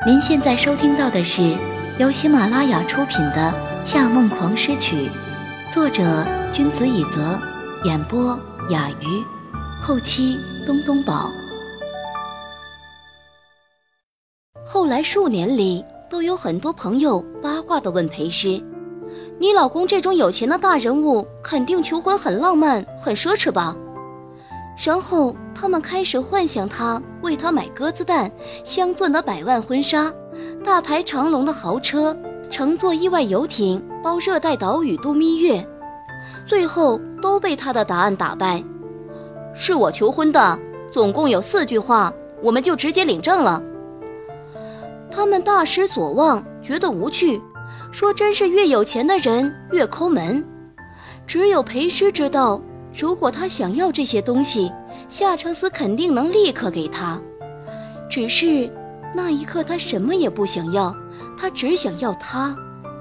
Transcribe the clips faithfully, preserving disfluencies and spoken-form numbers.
您现在收听到的是由喜马拉雅出品的《夏梦狂诗曲》，作者君子以泽，演播雅鱼，后期东东宝。后来数年里，都有很多朋友八卦地问裴师，你老公这种有钱的大人物，肯定求婚很浪漫很奢侈吧？然后他们开始幻想他为他买鸽子蛋、镶钻的百万婚纱、大排长龙的豪车，乘坐意外游艇包热带岛屿度蜜月，最后都被他的答案打败。是我求婚的，总共有四句话，我们就直接领证了。他们大失所望，觉得无趣，说真是越有钱的人越抠门。只有裴师知道，如果他想要这些东西，夏承思肯定能立刻给他。只是那一刻他什么也不想要，他只想要他。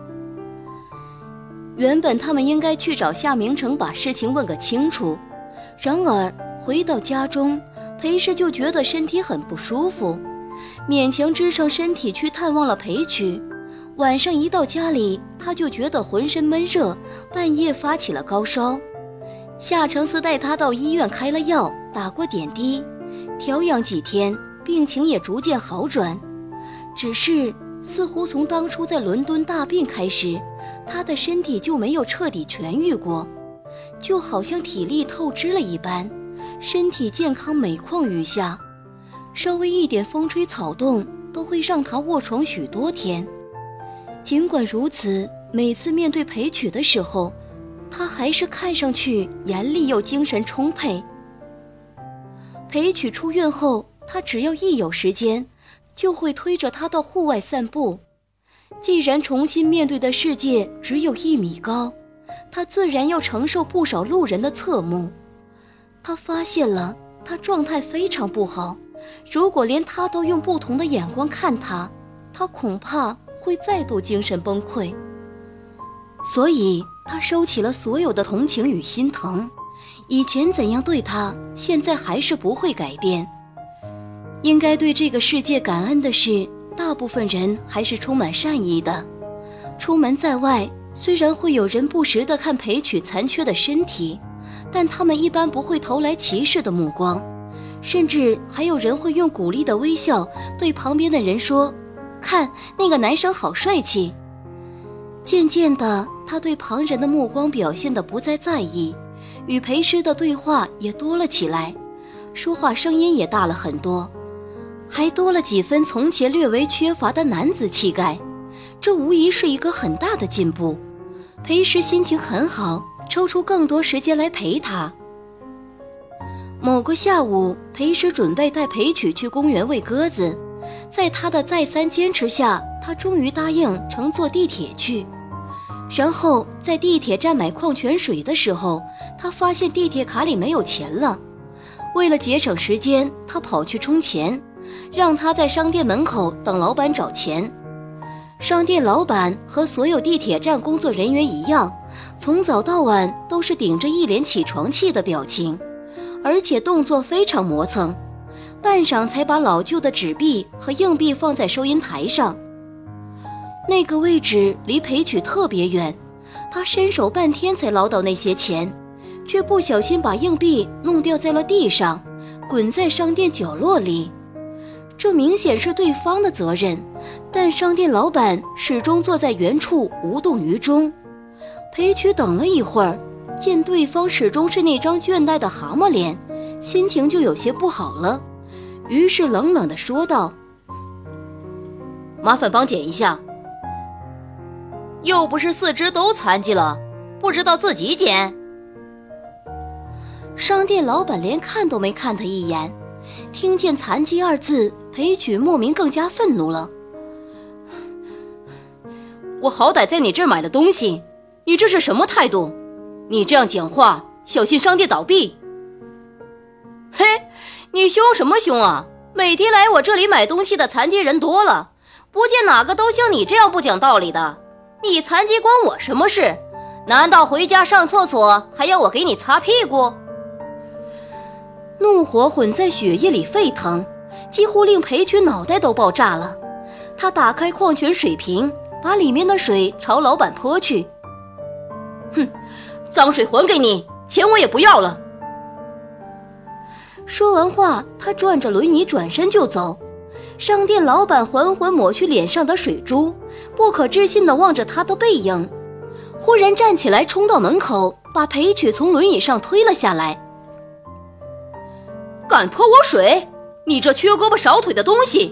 原本他们应该去找夏明诚把事情问个清楚，然而回到家中，裴师就觉得身体很不舒服，勉强支撑身体去探望了裴曲。晚上一到家里，他就觉得浑身闷热，半夜发起了高烧。夏承思带他到医院开了药，打过点滴，调养几天，病情也逐渐好转。只是似乎从当初在伦敦大病开始，他的身体就没有彻底痊愈过，就好像体力透支了一般，身体健康每况愈下，稍微一点风吹草动都会让他卧床许多天。尽管如此，每次面对裴曲的时候，他还是看上去严厉又精神充沛。裴曲出院后，他只要一有时间，就会推着他到户外散步。既然重新面对的世界只有一米高，他自然要承受不少路人的侧目。他发现了，他状态非常不好，如果连他都用不同的眼光看他，他恐怕会再度精神崩溃。所以他收起了所有的同情与心疼，以前怎样对他，现在还是不会改变。应该对这个世界感恩的是，大部分人还是充满善意的。出门在外，虽然会有人不时地看裴曲残缺的身体，但他们一般不会投来歧视的目光，甚至还有人会用鼓励的微笑对旁边的人说，看那个男生好帅气。渐渐的，他对旁人的目光表现得不再在意，与裴师的对话也多了起来，说话声音也大了很多，还多了几分从前略为缺乏的男子气概，这无疑是一个很大的进步。裴师心情很好，抽出更多时间来陪他。某个下午，裴师准备带裴曲去公园喂鸽子，在他的再三坚持下，他终于答应乘坐地铁去。然后在地铁站买矿泉水的时候，他发现地铁卡里没有钱了。为了节省时间，他跑去充钱，让他在商店门口等老板找钱。商店老板和所有地铁站工作人员一样，从早到晚都是顶着一脸起床气的表情，而且动作非常磨蹭，半晌才把老旧的纸币和硬币放在收银台上。那个位置离裴曲特别远，他伸手半天才捞到那些钱，却不小心把硬币弄掉在了地上，滚在商店角落里。这明显是对方的责任，但商店老板始终坐在原处无动于衷。裴曲等了一会儿，见对方始终是那张倦怠的蛤蟆脸，心情就有些不好了，于是冷冷地说道，麻烦帮捡一下。又不是四肢都残疾了，不知道自己捡。商店老板连看都没看他一眼，听见残疾二字，裴曲莫名更加愤怒了。我好歹在你这儿买的东西，你这是什么态度？你这样讲话，小心商店倒闭。嘿，你凶什么凶啊？每天来我这里买东西的残疾人多了，不见哪个都像你这样不讲道理的。你残疾关我什么事？难道回家上厕所还要我给你擦屁股？怒火混在血液里沸腾，几乎令裴曲脑袋都爆炸了。 他打开矿泉水瓶，把里面的水朝老板泼去。哼，脏水还给你，钱我也不要了。说完话，他转着轮椅转身就走。商店老板缓缓抹去脸上的水珠，不可置信地望着他的背影，忽然站起来冲到门口，把裴曲从轮椅上推了下来。敢泼我水，你这缺胳膊少腿的东西！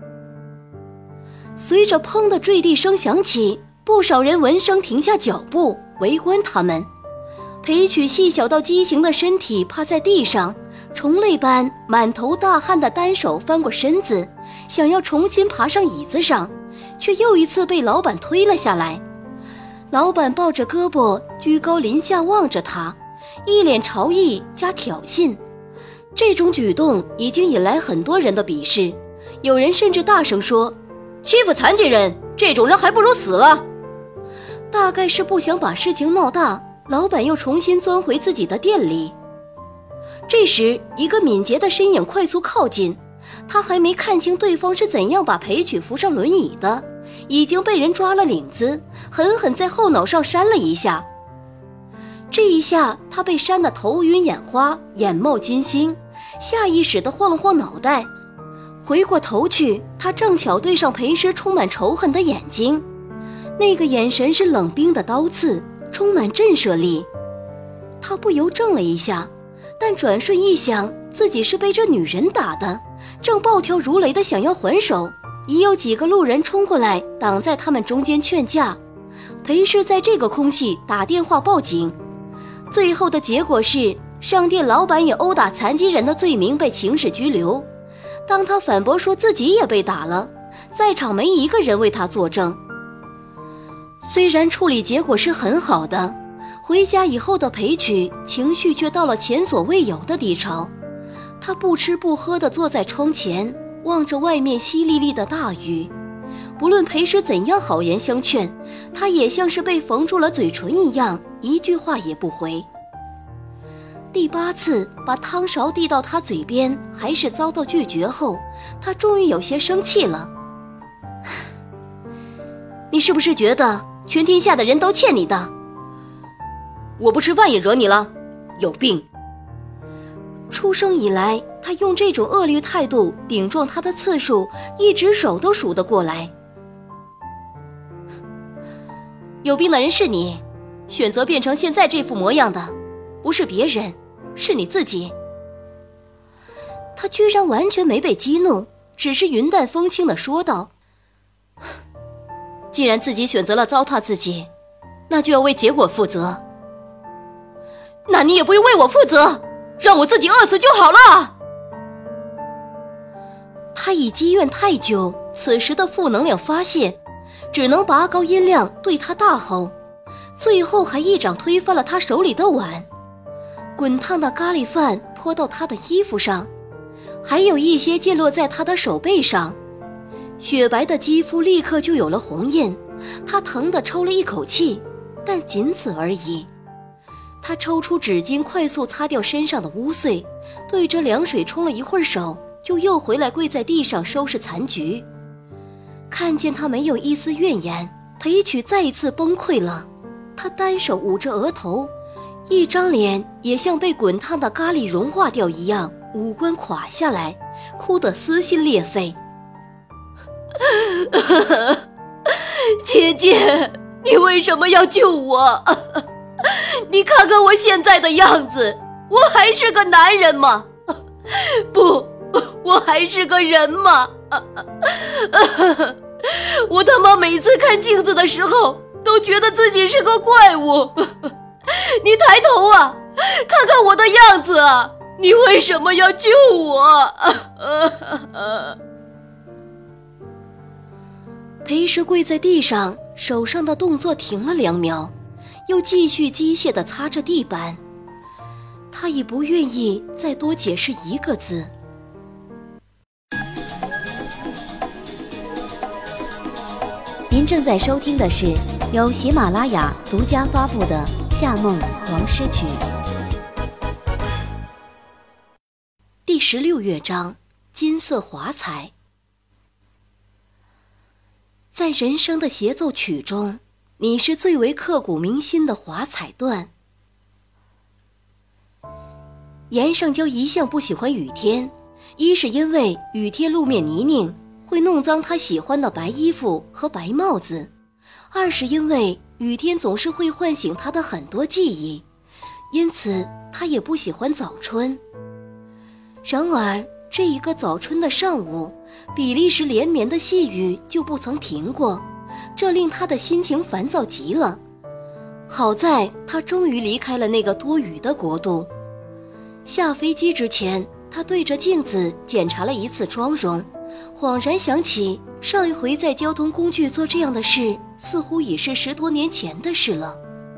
随着砰的坠地声响起，不少人闻声停下脚步，围观他们。裴曲细小到畸形的身体趴在地上，虫类般满头大汗的单手翻过身子，想要重新爬上椅子上，却又一次被老板推了下来。老板抱着胳膊，居高临下望着他，一脸嘲意加挑衅。这种举动已经引来很多人的鄙视，有人甚至大声说：“欺负残疾人，这种人还不如死了。”大概是不想把事情闹大，老板又重新钻回自己的店里。这时，一个敏捷的身影快速靠近，他还没看清对方是怎样把裴曲扶上轮椅的，已经被人抓了领子，狠狠在后脑上扇了一下。这一下，他被扇得头晕眼花，眼冒金星，下意识地晃了晃脑袋。回过头去，他正巧对上裴师充满仇恨的眼睛，那个眼神是冷冰的刀刺，充满震慑力。他不由怔了一下，但转瞬一想，自己是被这女人打的，正暴跳如雷的想要还手，已有几个路人冲过来挡在他们中间劝架。裴氏在这个空隙打电话报警，最后的结果是商店老板以殴打残疾人的罪名被情事拘留。当他反驳说自己也被打了，在场没一个人为他作证。虽然处理结果是很好的，回家以后的裴曲情绪却到了前所未有的低潮。他不吃不喝地坐在窗前，望着外面淅沥沥的大雨。不论裴师怎样好言相劝，他也像是被缝住了嘴唇一样，一句话也不回。第八次把汤勺递到他嘴边，还是遭到拒绝后，他终于有些生气了。你是不是觉得全天下的人都欠你的？我不吃饭也惹你了，有病！出生以来，他用这种恶劣态度顶撞他的次数，一只手都数得过来。有病的人是你，选择变成现在这副模样的，不是别人，是你自己。他居然完全没被激怒，只是云淡风轻地说道：既然自己选择了糟蹋自己，那就要为结果负责。那你也不用为我负责，让我自己饿死就好了。他已积怨太久，此时的负能量发泄，只能拔高音量对他大吼，最后还一掌推翻了他手里的碗。滚烫的咖喱饭泼到他的衣服上，还有一些溅落在他的手背上，雪白的肌肤立刻就有了红印。他疼得抽了一口气，但仅此而已。他抽出纸巾快速擦掉身上的污秽，对着凉水冲了一会儿手，就又回来跪在地上收拾残局。看见他没有一丝怨言，裴曲再一次崩溃了。他单手捂着额头，一张脸也像被滚烫的咖喱融化掉一样，五官垮下来，哭得撕心裂肺。姐姐，你为什么要救我？你看看我现在的样子，我还是个男人吗？不，我还是个人吗？我他妈每次看镜子的时候都觉得自己是个怪物。你抬头啊，看看我的样子啊，你为什么要救我？裴石跪在地上，手上的动作停了两秒，又继续机械地擦着地板。他已不愿意再多解释一个字。 您正在收听的是由喜马拉雅独家发布的《夏梦王诗曲》 第十六乐章：金色华彩。 在人生的协奏曲中，你是最为刻骨铭心的华彩段。严胜娇一向不喜欢雨天，一是因为雨天路面泥泞会弄脏他喜欢的白衣服和白帽子，二是因为雨天总是会唤醒他的很多记忆，因此他也不喜欢早春。然而这一个早春的上午，比利时连绵的细雨就不曾停过，这令他的心情烦躁极了。好在他终于离开了那个多雨的国度。下飞机之前，他对着镜子检查了一次妆容，恍然想起上一回在交通工具做这样的事，似乎已是十多年前的事了。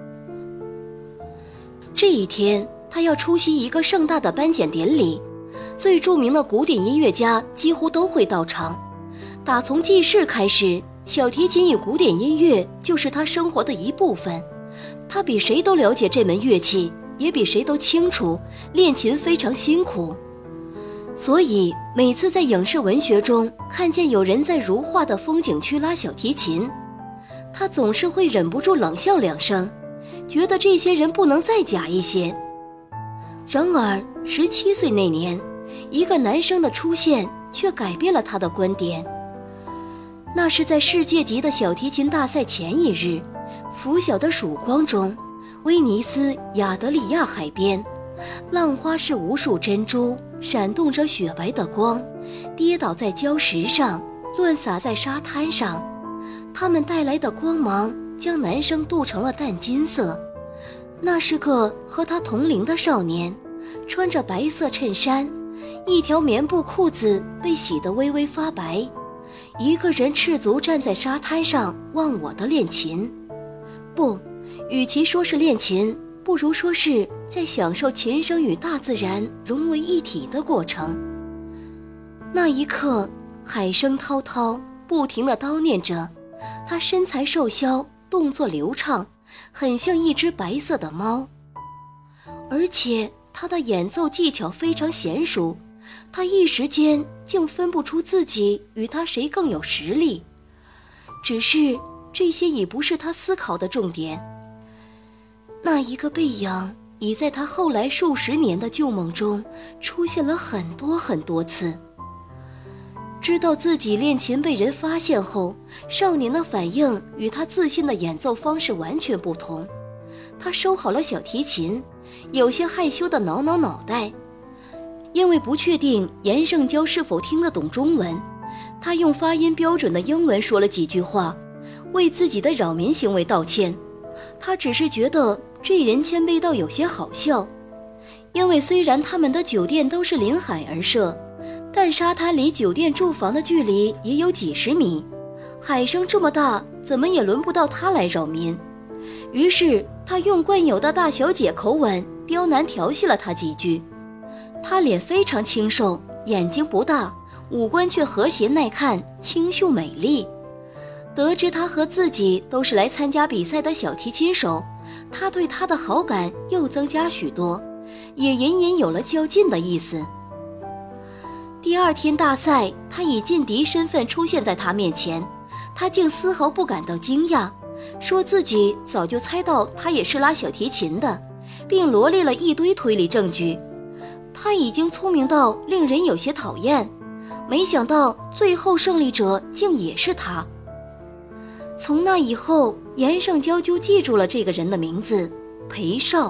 这一天，他要出席一个盛大的颁奖典礼，最著名的古典音乐家几乎都会到场。打从记事开始，小提琴与古典音乐就是他生活的一部分。他比谁都了解这门乐器，也比谁都清楚练琴非常辛苦。所以每次在影视文学中看见有人在如画的风景区拉小提琴，他总是会忍不住冷笑两声，觉得这些人不能再假一些。然而十七岁那年，一个男生的出现却改变了他的观点。那是在世界级的小提琴大赛前一日，拂晓的曙光中，威尼斯亚德里亚海边，浪花是无数珍珠，闪动着雪白的光，跌倒在礁石上，乱洒在沙滩上。它们带来的光芒将男生镀成了淡金色。那是个和他同龄的少年，穿着白色衬衫，一条棉布裤子被洗得微微发白，一个人赤足站在沙滩上忘我的练琴。不，与其说是练琴，不如说是在享受琴声与大自然融为一体的过程。那一刻，海声滔滔，不停地叨念着，他身材瘦削，动作流畅，很像一只白色的猫。而且他的演奏技巧非常娴熟，他一时间竟分不出自己与他谁更有实力。只是这些已不是他思考的重点。那一个背影已在他后来数十年的旧梦中出现了很多很多次。知道自己练琴被人发现后，少年的反应与他自信的演奏方式完全不同。他收好了小提琴，有些害羞地挠挠脑袋。因为不确定严胜娇是否听得懂中文，他用发音标准的英文说了几句话，为自己的扰民行为道歉。他只是觉得这人谦卑到有些好笑，因为虽然他们的酒店都是临海而设，但沙滩离酒店住房的距离也有几十米，海声这么大，怎么也轮不到他来扰民。于是他用惯有的大小姐口吻刁难调戏了他几句。他脸非常清瘦，眼睛不大，五官却和谐耐看，清秀美丽。得知他和自己都是来参加比赛的小提琴手，他对他的好感又增加许多，也隐隐有了较劲的意思。第二天大赛，他以劲敌身份出现在他面前，他竟丝毫不感到惊讶，说自己早就猜到他也是拉小提琴的，并罗列了一堆推理证据。他已经聪明到令人有些讨厌，没想到最后胜利者竟也是他。从那以后，严胜娇就记住了这个人的名字，裴少。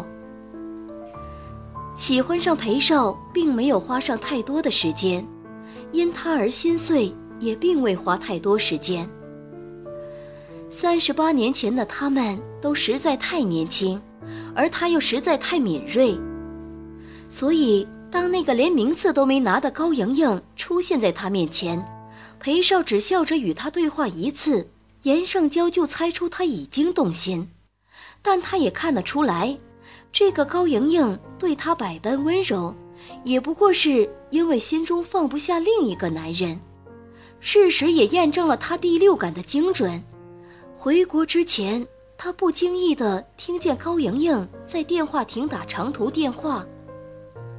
喜欢上裴少并没有花上太多的时间，因他而心碎也并未花太多时间。三十八年前的他们都实在太年轻，而他又实在太敏锐，所以当那个连名次都没拿的高莹莹出现在他面前，裴少只笑着与他对话一次，严胜娇就猜出他已经动心。但他也看得出来，这个高莹莹对他百般温柔，也不过是因为心中放不下另一个男人。事实也验证了他第六感的精准。回国之前，他不经意地听见高莹莹在电话亭打长途电话。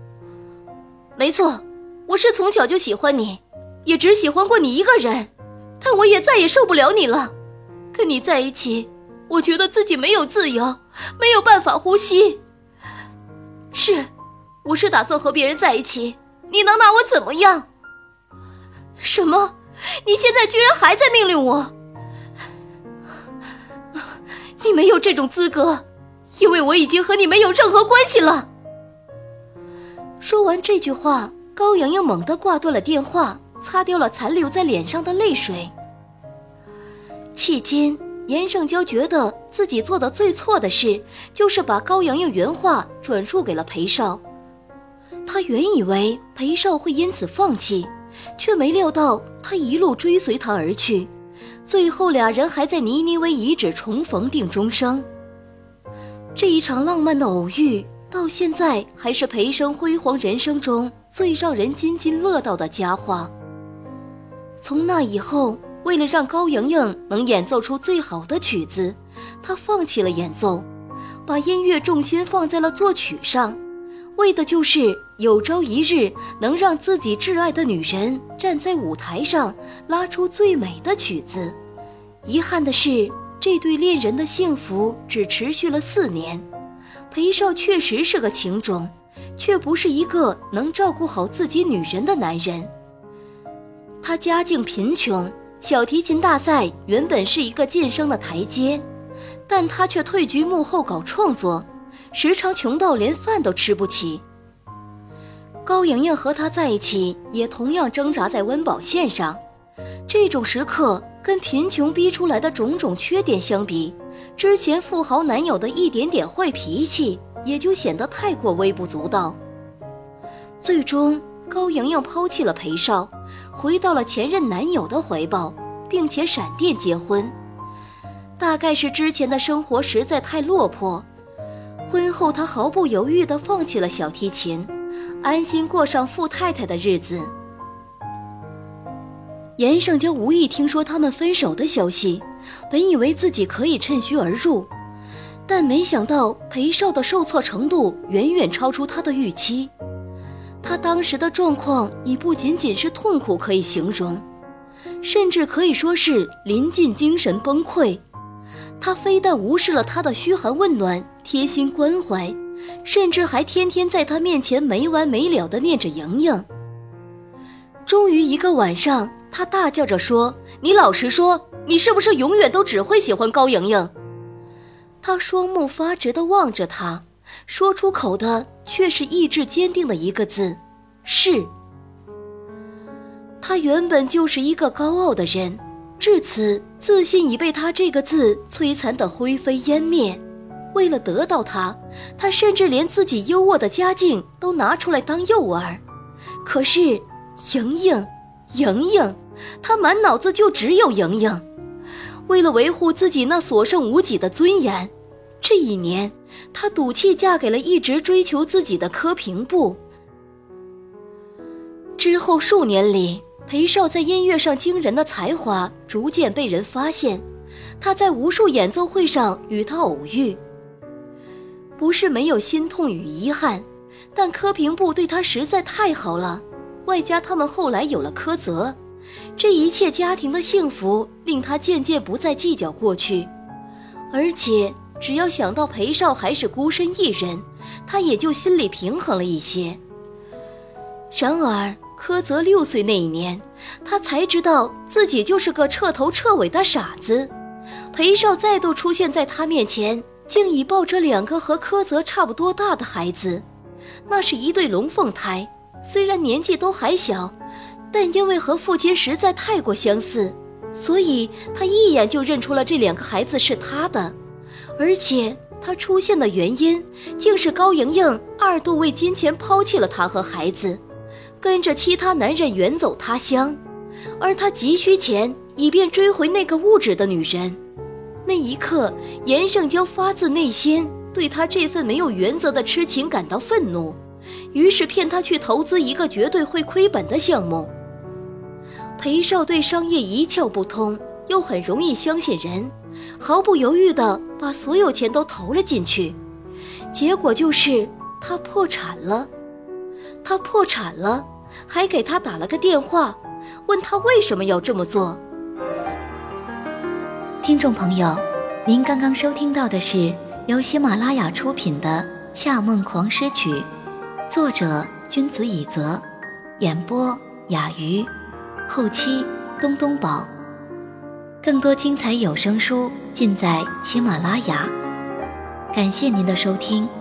没错，我是从小就喜欢你，也只喜欢过你一个人， 但我也再也受不了你了。跟你在一起，我觉得自己没有自由，没有办法呼吸。是，我是打算和别人在一起，你能拿我怎么样？什么？你现在居然还在命令我？你没有这种资格，因为我已经和你没有任何关系了。说完这句话，高莹莹猛地挂断了电话，擦掉了残留在脸上的泪水。迄今，严胜娇觉得自己做的最错的事，就是把高莹莹原话转述给了裴少。他原以为裴少会因此放弃，却没料到他一路追随他而去，最后俩人还在尼尼微遗址重逢定终生。这一场浪漫的偶遇，到现在还是裴生辉煌人生中最让人津津乐道的佳话。从那以后，为了让高莹莹能演奏出最好的曲子，他放弃了演奏，把音乐重心放在了作曲上，为的就是有朝一日能让自己挚爱的女人站在舞台上拉出最美的曲子。遗憾的是，这对恋人的幸福只持续了四年。裴少确实是个情种，却不是一个能照顾好自己女人的男人。他家境贫穷，小提琴大赛原本是一个晋升的台阶，但他却退居幕后搞创作，时常穷到连饭都吃不起。高莹莹和他在一起，也同样挣扎在温饱线上。这种时刻跟贫穷逼出来的种种缺点相比，之前富豪男友的一点点坏脾气也就显得太过微不足道。最终，高莹莹抛弃了裴少，回到了前任男友的怀抱，并且闪电结婚。大概是之前的生活实在太落魄，婚后她毫不犹豫地放弃了小提琴，安心过上富太太的日子。严胜娇无意听说他们分手的消息，本以为自己可以趁虚而入，但没想到裴少的受挫程度远远超出他的预期。他当时的状况已不仅仅是痛苦可以形容，甚至可以说是临近精神崩溃。他非但无视了他的嘘寒问暖、贴心关怀，甚至还天天在他面前没完没了地念着莹莹。终于一个晚上，他大叫着说：“你老实说，你是不是永远都只会喜欢高莹莹？”他双目发直地望着他，说出口的却是意志坚定的一个字：是。他原本就是一个高傲的人，至此自信已被他这个字摧残得灰飞烟灭。为了得到他，他甚至连自己优渥的家境都拿出来当诱饵。可是莹莹莹莹，他满脑子就只有莹莹。为了维护自己那所剩无几的尊严，这一年他赌气嫁给了一直追求自己的柯平步。之后数年里，裴少在音乐上惊人的才华逐渐被人发现，他在无数演奏会上与他偶遇。不是没有心痛与遗憾，但柯平步对他实在太好了，外加他们后来有了柯泽，这一切家庭的幸福令他渐渐不再计较过去。而且只要想到裴少还是孤身一人，他也就心里平衡了一些。然而柯泽六岁那一年，他才知道自己就是个彻头彻尾的傻子。裴少再度出现在他面前，竟已抱着两个和柯泽差不多大的孩子，那是一对龙凤胎，虽然年纪都还小，但因为和父亲实在太过相似，所以他一眼就认出了这两个孩子是他的。而且他出现的原因，竟是高莹莹二度为金钱抛弃了他和孩子，跟着其他男人远走他乡，而他急需钱，以便追回那个物质的女人。那一刻，严胜娇发自内心对他这份没有原则的痴情感到愤怒，于是骗他去投资一个绝对会亏本的项目。裴少对商业一窍不通，又很容易相信人，毫不犹豫地把所有钱都投了进去，结果就是他破产了。他破产了，还给他打了个电话，问他为什么要这么做。 听众朋友，您刚刚收听到的是由喜马拉雅出品的《夏梦狂诗曲》，作者君子以泽，演播雅鱼，后期东东宝。更多精彩有声书尽在喜马拉雅。感谢您的收听。